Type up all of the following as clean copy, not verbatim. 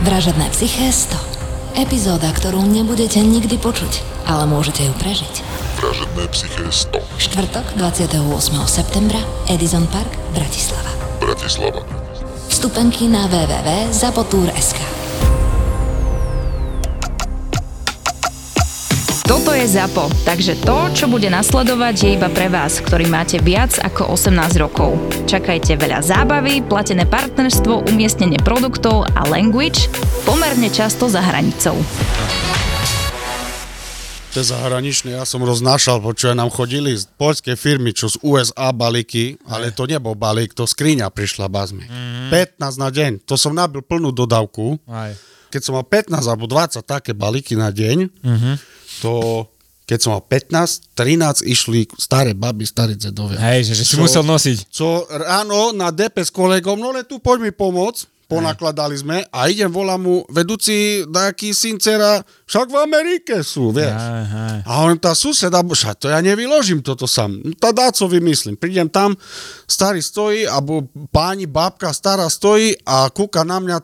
Vražedné psyché 100. Epizóda, ktorú nebudete nikdy počuť, ale môžete ju prežiť. Vražedné psyché 100. Štvrtok, 28. septembra, Edison Park, Bratislava. Vstupenky na www.zapotur.sk. Toto je ZAPO, takže to, čo bude nasledovať, je iba pre vás, ktorý máte viac ako 18 rokov. Čakajte veľa zábavy, platené partnerstvo, umiestnenie produktov a language pomerne často za hranicou. To je zahraničné, ja som roznášal, počujem, nám chodili z poľskej firmy, čo z USA balíky, ale to nebol balík, to skriňa prišla bazmi. 15 na deň, to som nabil plnú dodávku. Keď som mal 15 alebo 20 také balíky na deň, to keď som mal 15, 13 išli staré baby, staré dzedovia. Hej, že si musel nosiť. Čo ráno na DP s kolegom, no ale tu poď mi pomôcť, ponakladali sme a idem, volám mu vedúci nejaký syn, dcera, však v Amerike sú, vieš. A on tá suseda, však to ja nevyložím toto sám. Tá dá, co vymyslím. Prídem tam, starý stojí, alebo páni, babka stará stojí a kúka na mňa,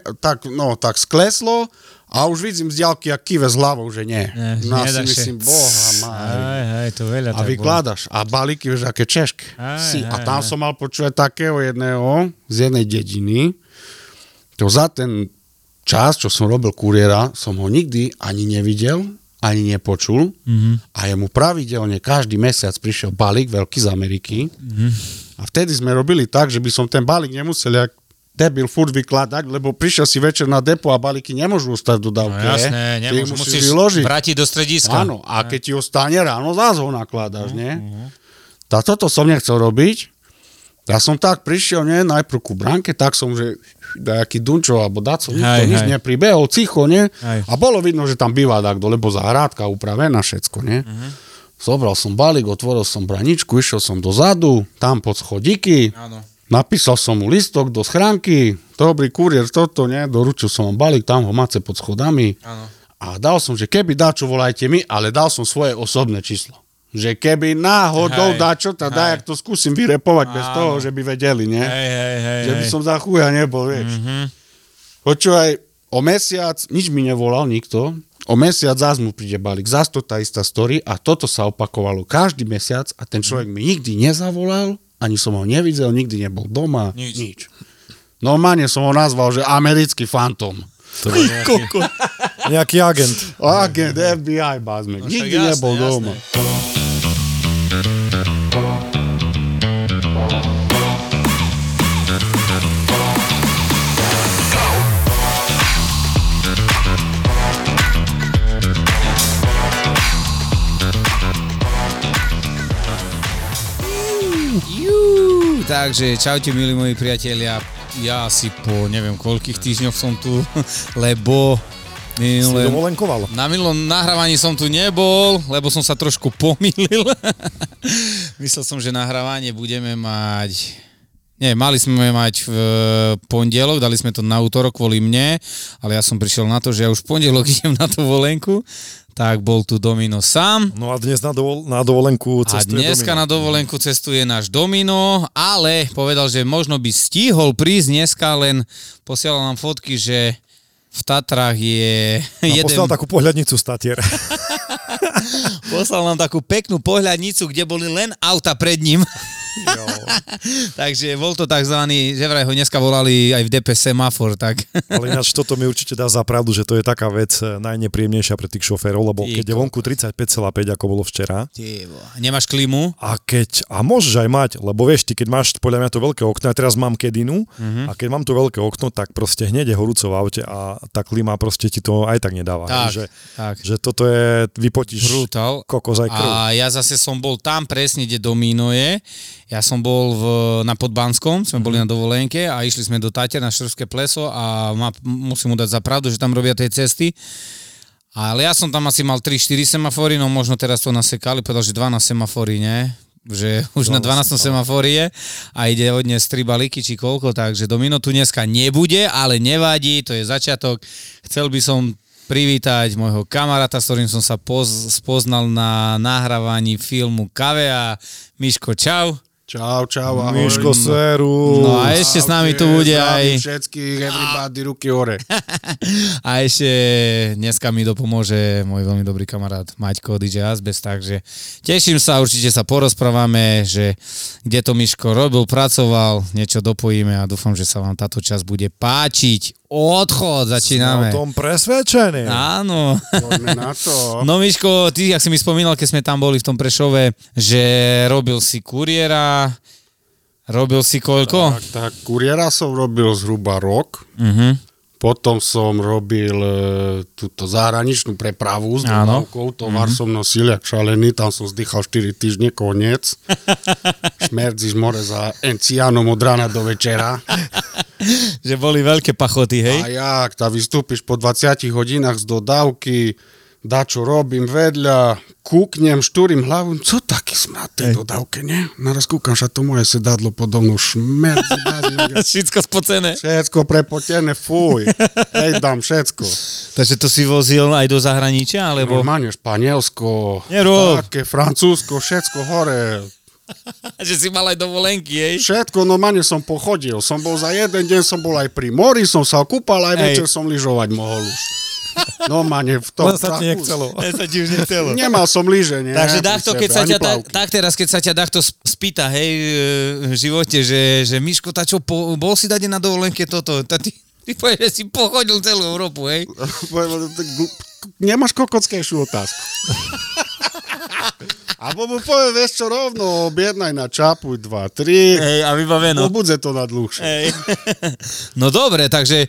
tak skleslo a už vidím z diaľky, jak kýve z hlavou, že nie. No si myslím, boha máj. To veľa a vykladaš. A balíky, vieš, aké češky. A tam som mal počuť takého jedného z jednej dediny. To za ten čas, čo som robil kuriéra, som ho nikdy ani nevidel, ani nepočul. A jemu pravidelne každý mesiac prišiel balík veľký z Ameriky. A vtedy sme robili tak, že by som ten balík nemusel jak debil furt vykladať, lebo prišiel si večer na depo a balíky nemôžu ostať do dávke. No jasné, nemôžu, musíš vyložiť. Vrátiť do strediska. Áno, a keď ti ostane ráno, zás ho nakladáš, nie? Tá toto som nechcel robiť. Ja som tak prišiel, nie, najprv ku bránke, tak som, že nejaký dunčo, alebo daco, nič nepribehol, cicho, nie? A bolo vidno, že tam býva takto, lebo záhradka upravená, všetko, nie? Zobral som balík, otvoril som braničku, išiel som dozadu, tam pod schodíky. Áno. Napísal som mu listok do schránky, dobrý kuriér, toto, nie, doručil som vám balík, tam ho máte pod schodami. Áno. A dal som, že keby dáčo, volajte mi, ale dal som svoje osobné číslo. Že keby náhodou dáčo, teda jak to skúsim vyrepovať bez toho, že by vedeli, nie? Že by som za chuja nebol, vieš. Počúvaj, o mesiac, nič mi nevolal nikto, o mesiac zás mu príde balík, zás to tá istá story a toto sa opakovalo každý mesiac a ten človek mi nikdy nezavolal, ani som ho nevidel, nikdy nebol doma, nič. Normálne som ho nazval, že americký fantom. To bol nejaký agent. Agent FBI, bázme. Nikdy nebol doma. Takže čaute, milí moji priatelia. Ja asi po neviem koľkých týždňoch som tu, lebo na minulom nahrávaní som tu nebol, lebo som sa trošku pomýlil. Myslel som, že nahrávanie budeme mať... Nie, mali sme mať v pondelok, dali sme to na útorok kvôli mne, ale ja som prišiel na to, že ja už v pondelok idem na tú dovolenku, tak bol tu Domino sám. No a dnes na dovolenku cestuje Domino. A dneska na dovolenku cestuje náš Domino, ale povedal, že možno by stihol prísť dneska, len posielal nám fotky, že v Tatrách je... Poslal takú pohľadnicu z Tatier. Poslal nám takú peknú pohľadnicu, kde boli len auta pred ním. Takže bol to takzvaný, že vraj ho dneska volali aj v DP semafor, tak. Ale ináč toto mi určite dá za pravdu, že to je taká vec najnepríjemnejšia pre tých šoférov, lebo keď je vonku 35,5, ako bolo včera. Nemáš klímu? A môžeš aj mať, lebo vieš, ty keď máš podľa mňa to veľké okno, ja teraz mám kedinu, a keď mám to veľké okno, tak proste hneď je horúco v aute a tá klíma proste ti to aj tak nedáva. Tak. Že toto je, vypotíš kokos aj krv. A ja zase som bol tam presne, kde Domino je. Ja som bol na Podbanskom, sme boli na dovolenke a išli sme do Tatier na Štrbské pleso a musím mu dať za pravdu, že tam robia tie cesty. Ale ja som tam asi mal 3-4 semafory, no možno teraz to nasekali, povedal, že 12 semafory, nie? Že už na 12. semafóri je a ide od dnes 3 balíky či koľko, takže Domino tu dneska nebude, ale nevadí, to je začiatok. Chcel by som privítať môjho kamaráta, s ktorým som sa spoznal na nahrávaní filmu Kavea. Miško, čau. Čau, ahoj. Miško, serus. No a ešte s nami tu bude aj... Všetkých, everybody, ruky hore. A ešte dneska mi dopomôže môj veľmi dobrý kamarát Maťko, DJ Asbest, takže teším sa, určite sa porozprávame, že kde to Miško robil, pracoval, niečo dopojíme a dúfam, že sa vám táto časť bude páčiť. Odchod, začíname. Sme o tom presvedčení. Áno. Poďme na to. No Miško, ty, jak si mi spomínal, keď sme tam boli v tom Prešove, že robil si kuriéra, robil si koľko? Tak, kuriéra som robil zhruba rok. Potom som robil túto zahraničnú prepravu s dodávkou, tovar som nosil jak šalený, tam som zdychal 4 týždne, koniec. Šmerdzíš more za enciánom od rána do večera. Že boli veľké pachoty, hej? A jak, tá vystúpiš po 20 hodinách z dodávky, dačo robím vedľa, kúknem, štúrim hlavu, co taký smrad tej dodávke, nie? Naraz kúkam, že to moje sedadlo podo mnou šmerdzi. Všetko spocené. Všetko prepotené, fuj. Hej, dám všetko. Takže to si vozil aj do zahraničia, alebo... Normálne Španielsko, Nerob. také, Francúzsko, všetko hore. Že si mal aj dovolenky, hej? Všetko, normálne som pochodil. Som bol za jeden deň, som bol aj pri mori, som sa okúpal, aj večer som lyžovať mohol už. Normálne v tom... Len sa ti nechcelo. Nemal som lyže, nie? Takže takto, keď sa ťa, tak teraz, keď sa ťa takto spýta, hej, v živote, že Miško, tá čo, bol si dať na dovolenke toto, ty povieš, že si pochodil celú Európu, hej? Nemáš kokockejšiu otázku. Alebo mu povie, vieš čo, rovno objednaj na Čapuj 2, 3. Hej, a vybaveno. Obudze to na dlhšie. Hej. No dobre, takže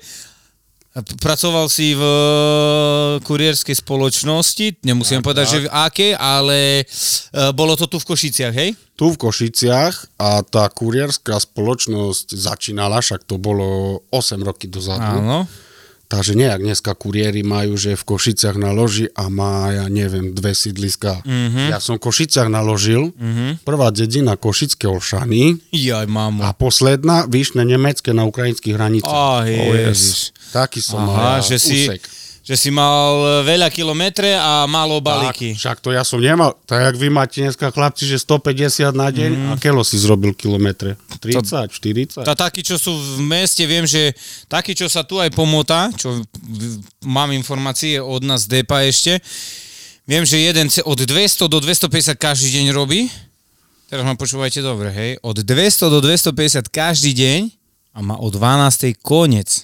pracoval si v kurierskej spoločnosti, nemusím povedať, že v akej, ale bolo to tu v Košiciach, hej? Tu v Košiciach a tá kurierská spoločnosť začínala, však to bolo 8 roky dozadu. Áno. Takže nejak dneska kuriéri majú, že v Košiciach naloží a má, ja neviem, 2 sídliska. Ja som v Košiciach naložil, prvá dedina Košické Olšany Jaj, mamo. a posledná Vyšné Nemecké na ukrajinských hraniciach. Ježiš. Taký som mal úsek. Že si mal veľa kilometre a málo balíky. Tak, však to ja som nemal. Tak jak vy máte dneska chlapci, že 150 na deň, a kelo si zrobil kilometre? 30, 40? Takí, čo sú v meste, viem, že takí, čo sa tu aj pomotá, čo mám informácie od nás z DEPA ešte, viem, že jeden od 200 do 250 každý deň robí. Teraz ma počúvajte dobre, hej. Od 200 do 250 každý deň a má o 12. koniec.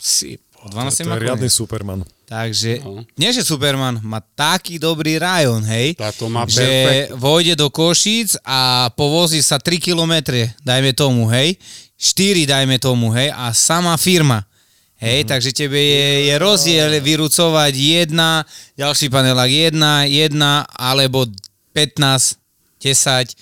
O 12. To je riadny Superman. Takže, nie že Superman, má taký dobrý rajón, hej, Táto má že perfekt. vojde do Košíc a povozí sa 3 kilometre, dajme tomu, hej, 4 dajme tomu, hej, a sama firma, hej, takže tebe je rozdiel vyrucovať ďalší panelák 1, alebo 15, 10,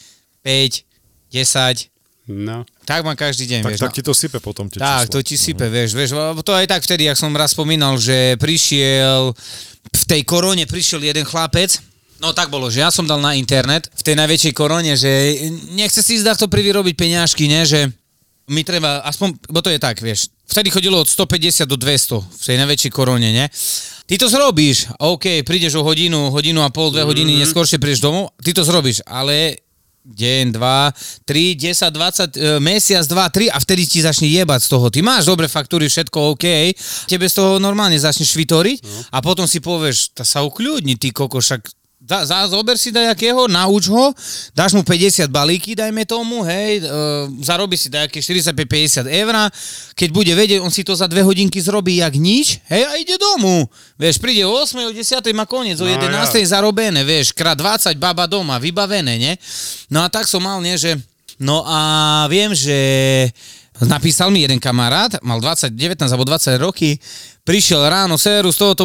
5, 10, No. tak má každý deň, vieš. Tak ti to sype potom tie Tak, čísla. to ti sype, vieš, to aj tak vtedy, jak som raz spomínal, že prišiel, v tej korone prišiel jeden chlapec, no tak bolo, že ja som dal na internet, v tej najväčšej korone, že nechce si ísť takto privyrobiť peňažky, ne, že mi treba, aspoň, bo to je tak, vieš, vtedy chodilo od 150 do 200, v tej najväčšej korone, ne. Ty to zrobíš, OK, prídeš o hodinu a pol, 2 hodiny neskôršie prídeš domov, ty to zrobíš, ale deň, 2, 3, 10, 20, mesiac, 2, 3 a vtedy ti začne jebať z toho. Ty máš dobre faktúry, všetko OK, tebe z toho normálne začneš švitoriť a potom si povieš, sa ukľudni, ty koko, však zober si dajakého, nauč ho, dáš mu 50 balíky, dajme tomu, hej, zarobí si dajaké 45-50 eur, keď bude vedieť, on si to za 2 hodinky zrobí jak nič, hej, a ide domu. Vieš, príde o 8, o 10, má koniec, o 11 zarobené, vieš, krát 20, baba doma, vybavené, ne? No a tak som mal, nie, že... No a viem, že napísal mi jeden kamarát, mal 19 alebo 20 roky, prišiel ráno, serus, toto,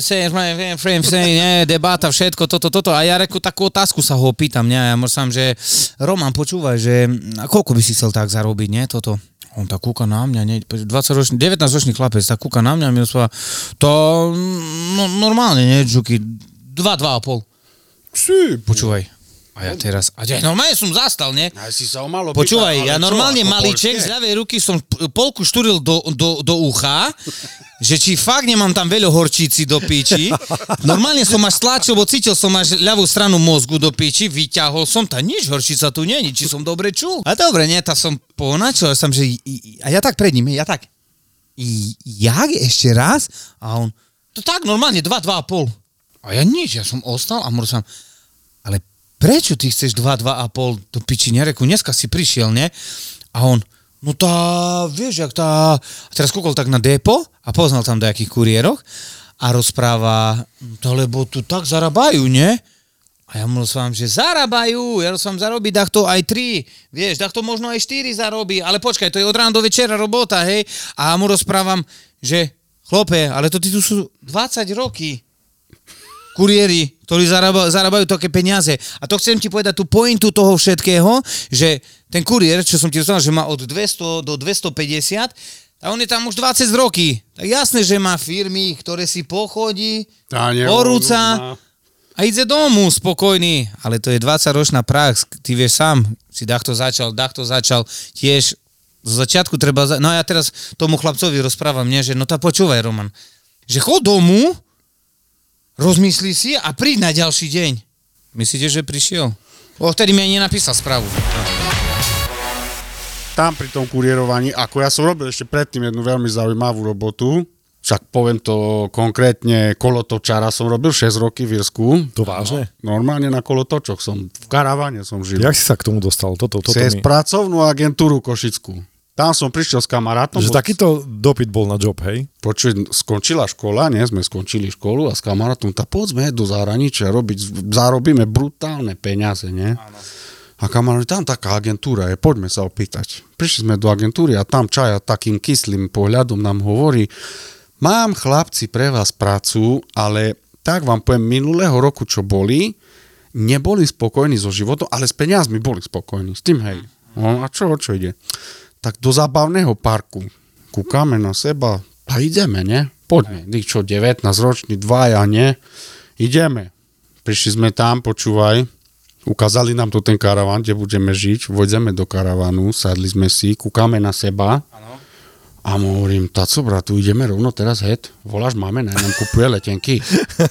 debata, všetko, toto, a ja reku, takú otázku sa ho pýtam, ne, ja môžem, že Roman, počúvaj, že koľko by si chcel tak zarobiť, ne, toto. On tak kúka na mňa, ne, 19-ročný chlapec, tak kúka na mňa, mi rozpráva, to normálne, ne, Žuky, 2,5. Si, Počúvaj. A ja teraz, normálne som zastal, ne? A si sa o malo Počúvaj, pýtal, ja ale normálne ako malíček poľské? z ľavej ruky som polku štúril do ucha, že či fakt nemám tam veľa horčíci do piči. Normálne som až stlačil, bo cítil som až ľavú stranu mozgu do piči, vyťahol som, tá nič, horčica tu nie, či som dobre čul. A dobre, nie, tá som ponačil, som, že a ja tak pred ním, ja tak, jak ešte raz? A on, to tak normálne, 2,5. A ja nič, ja som ostal a môžem, ale prečo ty chceš 2,5 do piči, nereku, dneska si prišiel, ne? A on, no tá, vieš, jak tá... A teraz kúkol tak na depo a poznal tam nejakých kuriéroch a rozpráva, to lebo tu tak zarábajú, ne? A ja mu rozprávam, že zarábajú, ja rozprávam, zarobí dachto aj 3, vieš, dachto možno aj 4 zarobí, ale počkaj, to je od rána do večera robota, hej? A mu rozprávam, že chlope, ale to ty tu sú 20 roky. Kuriéri, ktorí zarábajú také peniaze. A to chcem ti povedať tú pointu toho všetkého, že ten kuriér, čo som ti rozprával, že má od 200 do 250, a on je tam už 20 roky. Tak jasné, že má firmy, ktoré si pochodí, porúca a ide domu spokojný. Ale to je 20-ročná prax. Ty vieš sám, si dachto začal tiež zo začiatku treba... No ja teraz tomu chlapcovi rozprávam, nie, že no tá počúvaj, Roman, že chod domu, rozmyslí si a príď na ďalší deň. Myslíte, že prišiel? Vtedy mi aj nenapísal správu. Tam pri tom kurierovaní, ako ja som robil ešte predtým jednu veľmi zaujímavú robotu, však poviem to konkrétne, kolotočára som robil 6 roky v Irsku. To vážne? Normálne na kolotočoch som, v karavane som žil. Jak si sa k tomu dostal? Toto Cez pracovnú agentúru Košickú. Tam som prišiel s kamarátom. Že takýto dopyt bol na job, hej? Počuj, skončila škola, sme skončili školu a s kamarátom, poďme do zahraničia robiť, zarobíme brutálne peniaze, nie? Áno. A kamarát, tam taká agentúra je, poďme sa opýtať. Prišli sme do agentúry a tam Čaja takým kyslým pohľadom nám hovorí, mám chlapci pre vás prácu, ale tak vám poviem, minulého roku, čo boli, neboli spokojní so životom, ale s peniazmi boli spokojní. S tým, hej. No, a čo ide? Tak do zábavného parku. Kúkame na seba a ideme, ne? Poďme. Čo, 19-roční, dvaja, ne? Ideme. Prišli sme tam, počúvaj. Ukázali nám tu ten karaván, kde budeme žiť. Vojdeme do karavanu, sadli sme si, kúkame na seba. Ano. A mu hovorím, taco, bratu, ideme rovno teraz het. Voláš máme, nám kupuje letenky.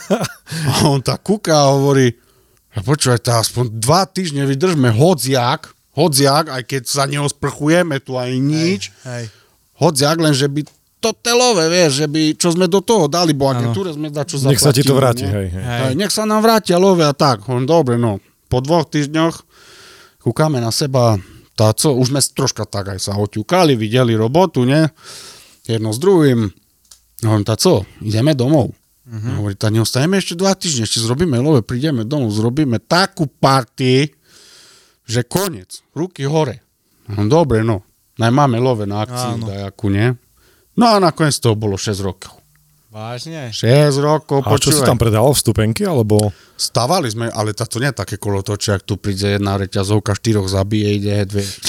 A on tak kúka a hovorí, počúvaj, aspoň 2 týždne vydržme hodziak, aj keď sa neosprchujeme tu aj nič. Hej. Hodziak, len že by to telové, vieš, že by, čo sme do toho dali, bo agentúre sme čo zaplatili. Nech sa ti to vráti, hej. Nech sa nám vrátia love a tak. Dobre, no. Po 2 týždňoch kúkame na seba, už sme troška tak aj sa oťukali, videli robotu, ne? Jedno s druhým. Hovorím, ideme domov. Hovorí, neostaneme ešte 2 týždne, ešte zrobíme love, prídeme domov, zrobíme takú party, že koniec, ruky hore. Dobre, no. Máme love na akciu, dajakú, nie? No a nakoniec toho bolo 6 rokov. Vážne? 6 rokov, počúvaj. A čo si tam predával vstupenky, alebo? Stavali sme, ale to nie je také kolotoče, ak tu príde jedna reťazovka, 4 zabije, ide,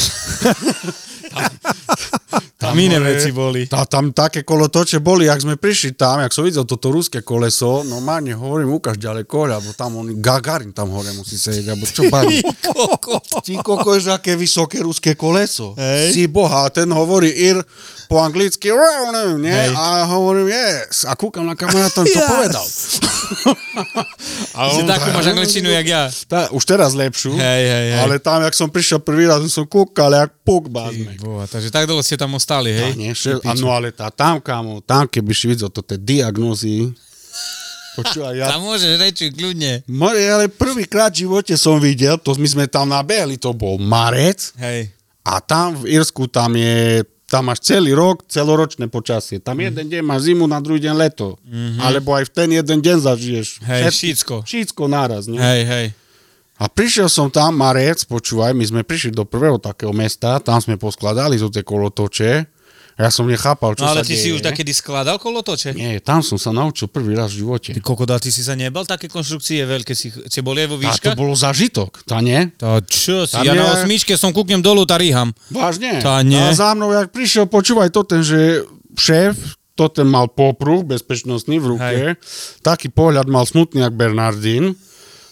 2. Tam iné veci boli. Tam také kolotoče boli, jak sme prišli tam, jak som videl toto ruské koleso, normálne hovorím, ukáž ďaleko, lebo tam Gagarin tam hore musí sedieť, alebo čo baví. Ty koko, že aké vysoké ruské koleso. Hej. Si boha, ten hovorí po anglicky, nie? A hovorím, yes. A kúkam na kamaráta, čo povedal. Si takú máš angličtinu, jak ja. Už teraz lepšiu, ale tam, jak som prišiel prvý raz, som kúkal, jak puk bázme. Takže tak dlho ste tam ostali, hej? No ale tam, kámo, tam keby si videl to tie diagnózy. Počúvaj, tam môžeš rečiť kľudne. Ale prvýkrát v živote som videl, to my sme tam nabehli, to bol marec. Hej. A tam v Írsku, tam máš celý rok, celoročné počasie. Tam jeden deň máš zimu, na druhý deň leto. Alebo aj v ten jeden deň zažiješ. Hej, všetko naraz, nie? Hej. A prišiel som tam, marec, počúvaj, my sme prišli do prvého takého mesta, tam sme poskladali zo tie kolotoče. Ja som nechápal, čo sa deje. Ale ty si už takedy skladal kolotoče? Nie, tam som sa naučil prvý raz v živote. Ty kokodá, ty si sa nebal také konštrukcie veľké, si boli aj vo výškach? A to bolo zažitok, tá nie? Tá čo si, ja na osmičke som kúknem dolu, tá ríham. Vážne? Tá nie. A za mnou, jak prišiel, počúvaj to ten, že šéf, to ten mal popruh bezpečnostný v ruke, taký pohľad mal smutný, jak Bernardín.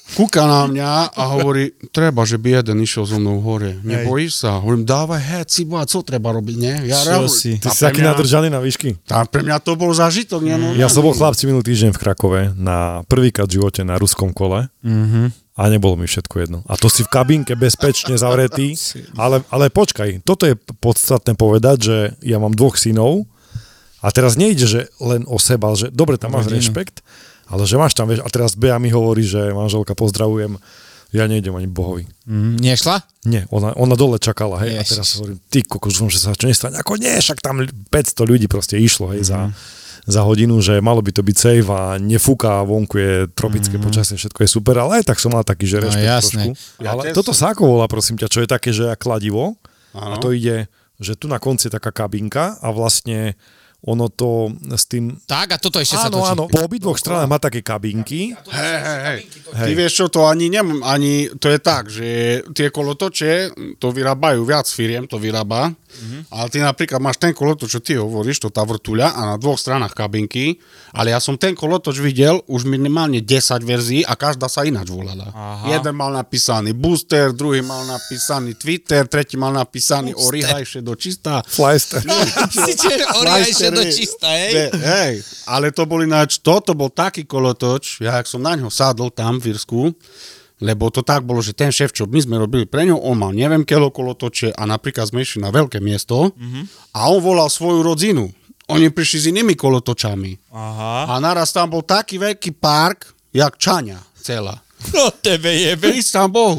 kúka na mňa a hovorí, treba, že by jeden išiel so mnou hore. Nebojíš sa? Hovorím, dávaj, ciba, co treba robiť, nie? Čo si? Ty si taký nadržaný na výšky? Pre mňa to bol zážitok, nie? No, Ja som bol chlapci minulý týždeň v Krakove na prvýkrát v živote na ruskom kole. A nebolo mi všetko jedno. A to si v kabínke bezpečne zavretý. Ale počkaj, toto je podstatné povedať, že ja mám 2 synov a teraz nejde, že len o seba, že dobre, tam máš rešpekt, ale že máš tam, vieš, a teraz Bea mi hovorí, že manželka, pozdravujem, ja nejdem ani Bohovi. Nešla? Nie, ona dole čakala, hej, a teraz hovorím, ty kokos, že sa čo nestane, ako nie, však tam 500 ľudí proste išlo, hej, za hodinu, že malo by to byť safe a nefúka, vonku je tropické počasie, všetko je super, ale aj tak som mal taký, že rešpekt trošku. Ale toto sa ako volá, prosím ťa, čo je také, že kladivo, a to ide, že tu na konci je taká kabinka a vlastne ono to s tým... Tak, a toto ešte sa točí. Áno, po obidvoch stranách má také kabinky. Hej. Ty vieš čo, to ani to je tak, že tie kolotoče, to vyrábajú viac firiem, to vyrába, ale ty napríklad máš ten kolotoč, čo ty hovoríš, to tá vrtuľa a na 2 stranách kabinky, ale ja som ten kolotoč videl už minimálne 10 verzií a každá sa ináč volala. Jeden mal napísaný Booster, druhý mal napísaný Twitter, tretí mal napísaný Orihajšie do čistá. Flyster. Orihajšie do čistá, hej? Hej, ale to bol ináč, toto bol taký kolotoč, ja ak som na ňo sadol tam v Írsku, lebo to tak bolo, že ten šéf, čo my sme robili pre ňo, on mal neviem keľo kolotoče a napríklad sme išli na veľké miesto a on volal svoju rodzinu. Oni prišli s inými kolotočami. A naraz tam bol taký veľký park, jak Čaňa celá. No tebe jebe. Prístam Bohu.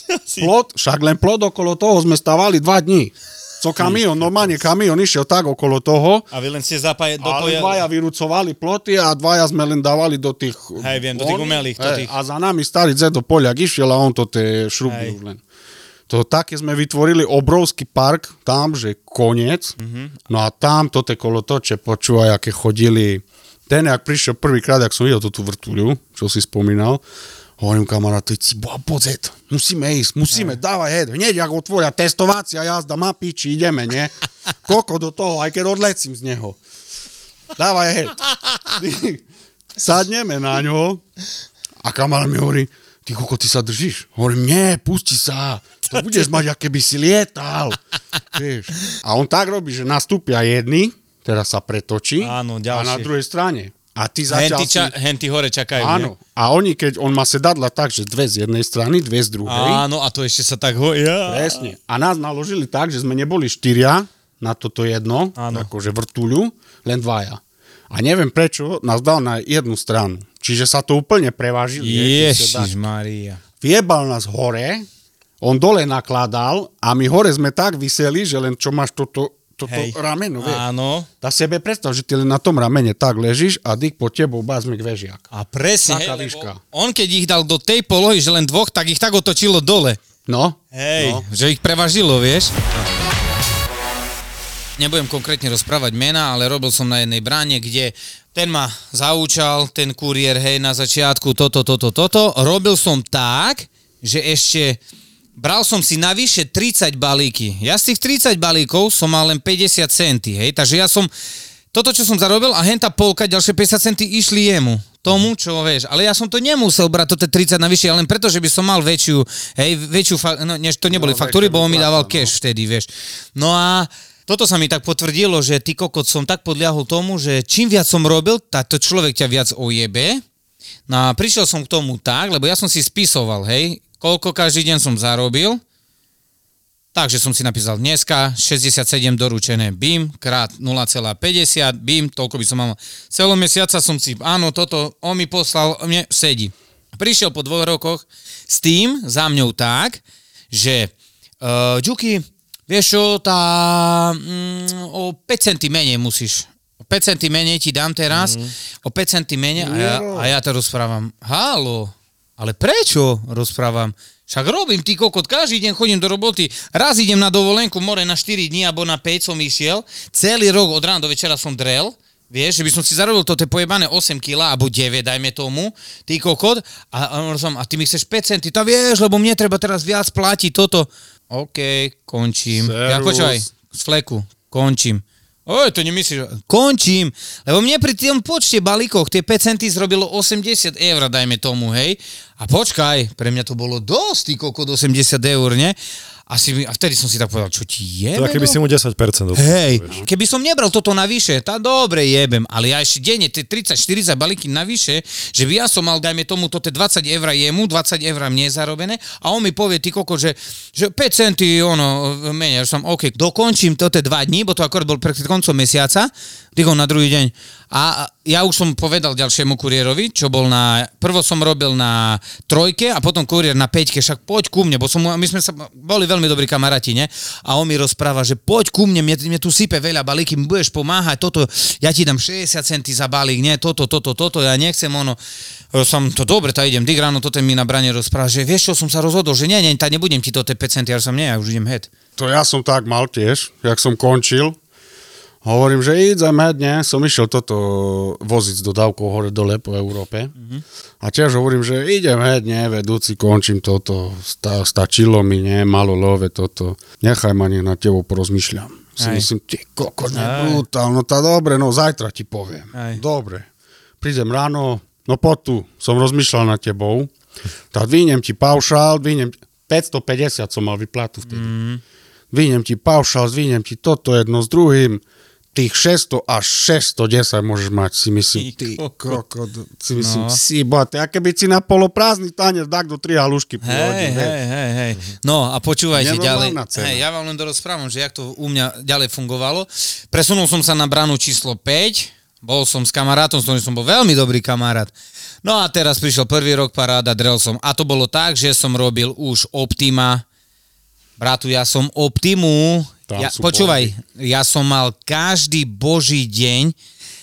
Však len plot okolo toho sme stávali 2 dní. Co kamión, normálne kamión išiel tak okolo toho. A vy len ste zapájali. Ale 2 vyrucovali ploty a 2 sme len dávali do tých... Hej, viem, do tých umelých. A za nami starý Zedo Poliak išiel a on to tie šruby už len. To také sme vytvorili obrovský park tam, že koniec. No a tam to tie kolotoče počúvaj, aké chodili. Ten, jak prišiel prvýkrát, jak som videl tú vrtuľu, čo si spomínal, hovorím kamarátovi, poď, musíme, dávaj, hneď, ak otvoria testovacia jazda, piči, ideme, nie? Koľko do toho, aj keď odlecím z neho. Dávaj, sadneme na ňo a kamarát mi hovorí, ty koko, ty sa držíš? Hovorím, nie, pusti sa, to budeš mať, aké by si lietal. Vieš. A on tak robí, že nastúpia jedni, teraz sa pretočí a na druhej strane. A ty začal Henty hore čakajú, áno. Nie? A oni, keď on má sedadla tak, že 2 z jednej strany, 2 z druhej. Áno, a to ešte sa tak Presne. A nás naložili tak, že sme neboli 4 na toto jedno, akože vrtuľu, len 2. A neviem prečo, nás dal na jednu stranu. Čiže sa to úplne prevážili. Ježišmaria. Viebal nás hore, on dole nakladal a my hore sme tak viseli, že len čo máš toto rameno, vieš. Áno. Tá sebe predstav, že ty len na tom ramene tak ležíš a dyk po tebou bázmik vežiak. A presne, taká výška. On keď ich dal do tej polohy, že len 2, tak ich tak otočilo dole. No. Hej, že ich prevažilo, vieš. Nebudem konkrétne rozprávať mena, ale robil som na jednej bráne, kde ten ma zaúčal, ten kuriér, hej, na začiatku toto. Robil som tak, že ešte... Bral som si navyše 30 balíky. Ja z tých 30 balíkov som mal len 50 centy, hej. Takže ja som, toto čo som zarobil a henta polka, ďalšie 50 centy išli jemu. Tomu, čo vieš. Ale ja som to nemusel brať, toto 30 navyše, len preto, že by som mal väčšiu, to neboli faktúry, bo on mi dával cash vtedy, vieš. No a toto sa mi tak potvrdilo, že ty kokot som tak podľahol tomu, že čím viac som robil, tak to človek ťa viac ojebe. No a prišiel som k tomu tak, lebo ja som si spisoval, hej, koľko každý deň som zarobil. Takže som si napísal dneska 67 doručené BIM krát 0,50 BIM, toľko by som mal. Celom mesiaca som si, áno, toto on mi poslal, mne sedí. Prišiel po 2 rokoch s tým za mňou tak, že Ďuky, vieš čo, o 5 centy menej musíš. O 5 centy menej ti dám teraz, o 5 centy menej a ja to rozprávam. Haló. Ale prečo, rozprávam? Však robím, ty kokot, každý deň chodím do roboty, raz idem na dovolenku more na 4 dní alebo na 5 som išiel, celý rok od rána do večera som drel, vieš, že by som si zarobil toto pojebané 8 kg alebo 9, dajme tomu, ty kokot, a ty mi chceš 5 centy, to vieš, lebo mne treba teraz viac platiť toto. OK, končím. Ja počúvaj, z fleku, končím. To nemyslíš, končím, lebo mne pri tom počte balíkoch tie 5 centy zrobilo 80 eur, dajme tomu, hej. A počkaj, pre mňa to bolo dosť, ty kokot, 80 eur, ne? A vtedy som si tak povedal, čo ti jebe? To keby si mu 10% dostal. Hej, keby som nebral toto navyše, tá dobre jebem, ale ja ešte denne tie 30-40 balíky navyše, že by ja som mal, dajme tomu, toto 20 eur jemu, 20 eur mne zarobené a on mi povie, ty koko, že 5 centy, menej, že som, OK, dokončím toto 2 dní, bo to akorát bol pred koncom mesiaca, tyko na druhý deň. A ja už som povedal ďalšiemu kuriérovi, čo bol prvo som robil na 3 a potom kuriér na 5, však poď ku mne, bo my sme sa boli veľmi dobrí kamaráti, ne? A on mi rozpráva, že poď ku mne, mne tu sype veľa balíky, mi budeš pomáhať, toto, ja ti dám 60 centy za balík, nie, toto, ja nechcem som to dobre, tak idem, ráno toto mi na brane rozpráva, že vieš čo, som sa rozhodol, že nie, tak nebudem ti to 5 centy, ja už idem head. To ja som tak mal tiež, jak som končil. Hovorím, že idem hedne, som išiel toto voziť s dodávkou hore dole po Európe. A tiež hovorím, že idem hedne, vedúci, končím toto, stačilo mi, nie, malo love toto. Nechaj ma, nech na tebou porozmýšľam. Si myslím, ty koko, brutál, no tá dobre, no zajtra ti poviem. Dobre, prídem ráno, no poď tu, som rozmýšľal nad tebou, tak vyjnem ti paušál, 550 som mal vyplatu vtedy. Vyjnem ti paušál, vyjnem ti toto jedno s druhým, tých 600 až 610 môžeš mať, si myslím, ty kokot, si myslím, si bohatý. A keby si na poloprázdny tanier dák do 3 halušky prihodil. Hej. No a počúvajte ďalej. Ja vám len dorozprávam, že jak to u mňa ďalej fungovalo. Presunul som sa na branu číslo 5, bol som s kamarátom, s ktorým som bol veľmi dobrý kamarát. No a teraz prišiel prvý rok paráda, drel som. A to bolo tak, že som robil už Optima. Bratu, ja som Optimu. Počúvaj, ja som mal každý boží deň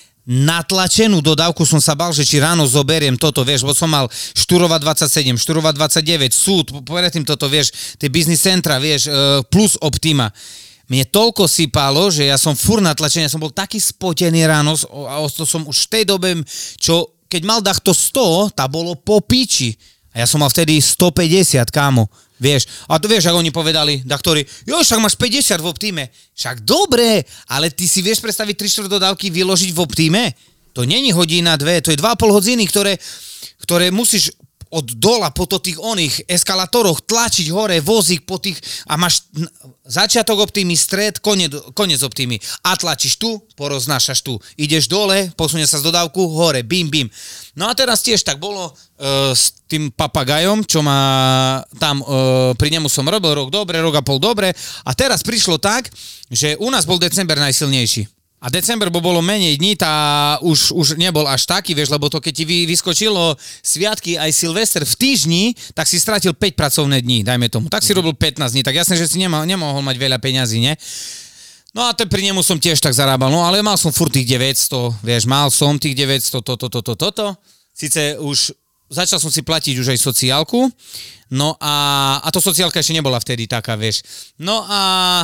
natlačenú dodávku, som sa bal, že či ráno zoberiem toto, vieš, bo som mal Štúrova 27, Štúrova 29, súd, predtým toto, vieš, tie business centra, vieš, plus Optima. Mne toľko sypalo, že ja som furt natlačený, ja som bol taký spotený ráno a to som už v tej dobe, čo keď mal dachto 100, tá bolo po piči. A ja som mal vtedy 150, kámo. Vieš, a to vieš, ako oni povedali, daktori, však máš 50 v Optime. Však dobre, ale ty si vieš predstaviť 3/4 dodávky vyložiť v Optime? To není hodina, 2, to je 2,5 hodiny, ktoré musíš od dola po tých oných eskalátoroch tlačiť hore vozík po tých a máš začiatok Optimy, stred, koniec Optimy a tlačíš tu, poroznášaš tu. Ideš dole, posunie sa z dodávku, hore, bim. No a teraz tiež tak bolo s tým papagajom, čo ma tam, pri nemu som robil rok dobre, rok a pol dobre a teraz prišlo tak, že u nás bol december najsilnejší. A december, bo bolo menej dní, tá už nebol až taký, vieš, lebo to keď ti vyskočilo sviatky aj Silvester v týždni, tak si stratil 5 pracovné dní, dajme tomu. Tak si robil 15 dní, tak jasné, že si nemohol mať veľa peňazí, ne? No a pri nemu som tiež tak zarábal, no ale mal som furt tých 900, vieš, mal som tých 900, toto. Sice už začal som si platiť už aj sociálku, no a to sociálka ešte nebola vtedy taká, vieš. No a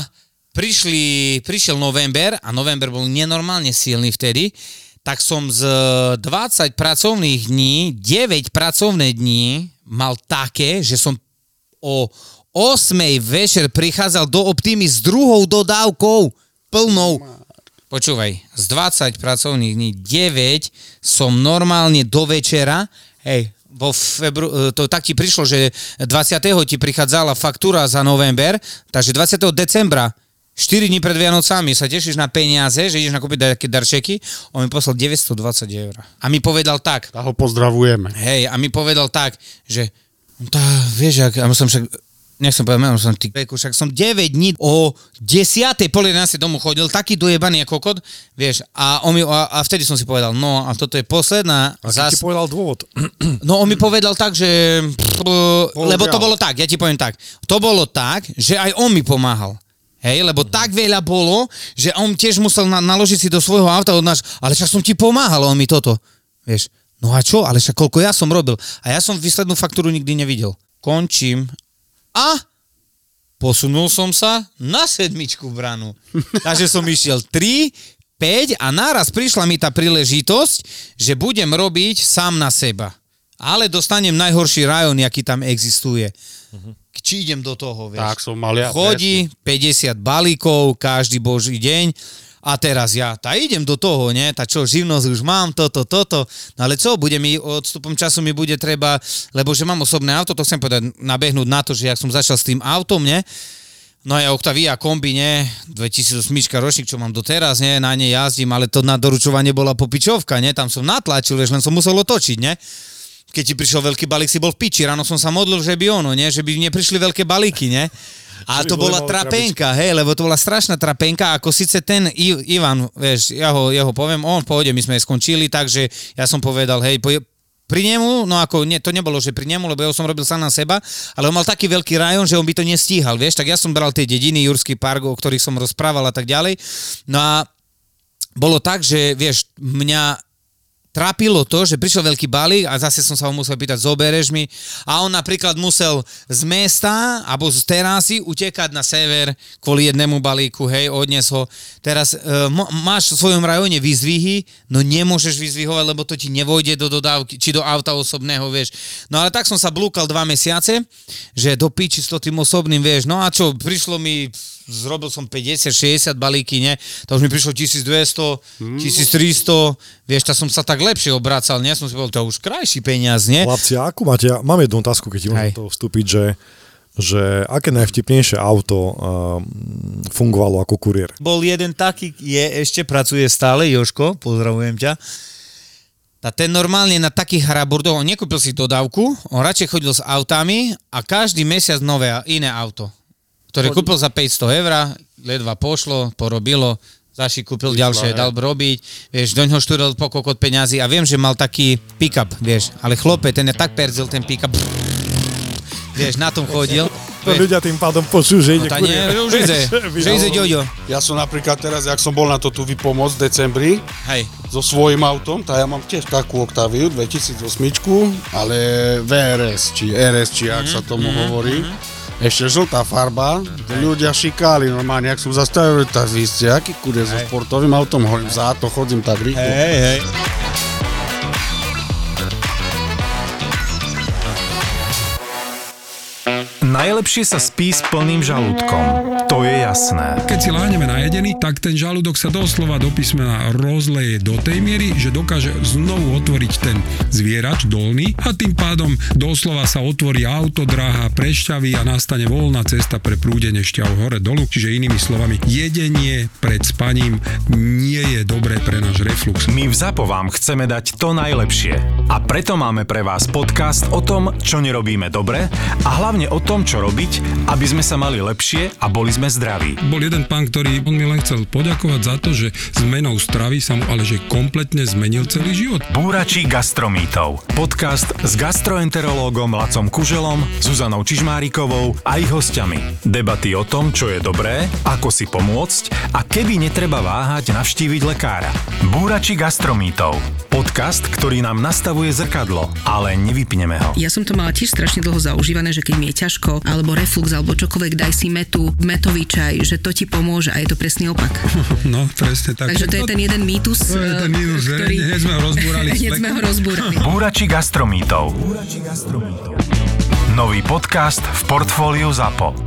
prišiel november a november bol nenormálne silný vtedy, tak som z 20 pracovných dní, 9 pracovné dní mal také, že som o 8 večer prichádzal do Optimy s druhou dodávkou plnou. Počúvaj, z 20 pracovných dní 9 som normálne do večera, to tak ti prišlo, že 20. ti prichádzala faktúra za november, takže 20. decembra 4 dní pred Vianocami sa tešíš na peniaze, že ideš nakúpiť také darčeky, on mi poslal 920 eur. A mi povedal tak. A ho pozdravujeme. Hej, a mi povedal tak, že vieš, ja som však, nechcem povedať, však som 9 dní o 10. pol 11. domu chodil, taký dojebaný ako kokot, vieš, a vtedy som si povedal, no a toto je posledná. A ti povedal dôvod? No on mi povedal tak, že lebo to bolo tak, ja ti poviem tak, to bolo tak, že aj on mi pomáhal. Hej, lebo tak veľa bolo, že on tiež musel naložiť si do svojho auta ale však som ti pomáhal, on mi toto. Vieš, no a čo? Ale však koľko ja som robil. A ja som výslednú faktúru nikdy nevidel. Končím a posunul som sa na 7 branu. Takže som išiel 3, 5 a naraz prišla mi tá príležitosť, že budem robiť sám na seba. Ale dostanem najhorší rajón, aký tam existuje. Či idem do toho, vieš. Tak som mal ja. Chodí 50 balíkov každý boží deň A teraz ja, idem do toho, nie? Čo, živnosť už mám, toto. No ale co, odstupom času mi bude treba, lebo že mám osobné auto, to chcem povedať, nabehnúť na to, že jak som začal s tým autom, nie? No ja Octavia kombi, nie? 2008 ročník, čo mám doteraz, nie? Na nej jazdím, ale to na doručovanie bola popičovka, nie? Tam som natlačil, len som musel otočiť, nie? Keď ti prišiel veľký balík, si bol v piči, ráno som sa modlil, že by že by neprišli veľké balíky, nie? A to bola trapenka, hej, lebo to bola strašná trapenka, ako síce ten Ivan, vieš, ja ho poviem, on v pohode, my sme skončili, takže ja som povedal, hej, pri nemu, no ako, nie, to nebolo, že pri nemu, lebo ja som robil sám na seba, ale on mal taký veľký rajón, že on by to nestíhal, vieš, tak ja som bral tie dediny, Jurský park, o ktorých som rozprával a tak ďalej, no a bolo tak, že, vieš, mňa trápilo to, že prišiel veľký balík a zase som sa ho musel pýtať, zobereš mi? A on napríklad musel z mesta alebo z terasy utekať na sever kvôli jednému balíku, hej, odnes ho. Teraz máš v svojom rajóne výzdvihy, no nemôžeš vyzdvihovať, lebo to ti nevojde do dodávky, či do auta osobného, vieš. No ale tak som sa blúkal 2 mesiace, že do piči s tým osobným, vieš. No a čo, prišlo mi... Zrobil som 50-60 balíky, ne? To už mi prišlo 1200, 1300, vieš, som sa tak lepšie obracal, ne? Som si povedal, to už krajší peniaz, ne? Chlapci, akú máte, mám jednu otázku, keď ti môžem toho vstúpiť, že aké najvtipnejšie auto fungovalo ako kuriér? Bol jeden taký, pracuje stále, Jožko, pozdravujem ťa. A ten normálne na takých haraburdoch, on nekúpil si dodávku, on radšej chodil s autami a každý mesiac iné auto, ktoré kúpil za 500 €, ledva pošlo, porobilo, zaši kúpil ďalšie, dal robiť, vieš, doňho štúril po kokot peňazí a viem, že mal taký pick-up, vieš, ale chlope, ten je tak perzil, ten pick-up, vieš, na tom chodil. To ľudia tým pádom počujú, že ide kuriér. Že ide ďoďo. Ja som napríklad teraz, jak som bol na to tu vypomôcť v decembri, so svojím autom, tak ja mám tiež takú Octaviu 2008, ale VRS, či RS, či jak sa tomu hovorí. Ešte žltá farba, ľudia šikali normálne, jak som zastavil, tak vy ste, aký kuriér so športovým autom, hovorím, za to chodím tak rýchlo. Hej. Najlepšie sa spí s plným žalúdkom. To je jasné. Keď si láhneme najedený, tak ten žalúdok sa doslova do písmena rozleje do tej miery, že dokáže znovu otvoriť ten zvierač dolný a tým pádom doslova sa otvorí autodráha, prešťaví a nastane voľná cesta pre prúdenie šťav hore dolu. Čiže inými slovami, jedenie pred spaním nie je dobré pre náš reflux. My v ZAPO vám chceme dať to najlepšie. A preto máme pre vás podcast o tom, čo nerobíme dobre a hlavne o tom, čo robiť, aby sme sa mali lepšie a boli sme zdraví. Bol jeden pán, on mi len chcel poďakovať za to, že zmenou stravy sa mu ale že kompletne zmenil celý život. Búrači gastromýtov. Podcast s gastroenterológom Lacom Kuželom, Zuzanou Čižmárikovou a ich hostiami. Debaty o tom, čo je dobré, ako si pomôcť a kedy netreba váhať navštíviť lekára. Búrači gastromýtov. Podcast, ktorý nám nastavuje zrkadlo, ale nevypneme ho. Ja som to mala tiež strašne dlho zaužívané, že keď mi je ťažko, alebo reflux, alebo čokoľvek, daj si metový čaj, že to ti pomôže a je to presný opak. No, presne tak. Takže to je ten jeden mýtus, to je ten mýtus, ktorý... Hneď sme ho rozbúrali. Búrači gastromýtov. Nový podcast v portfóliu ZAPO.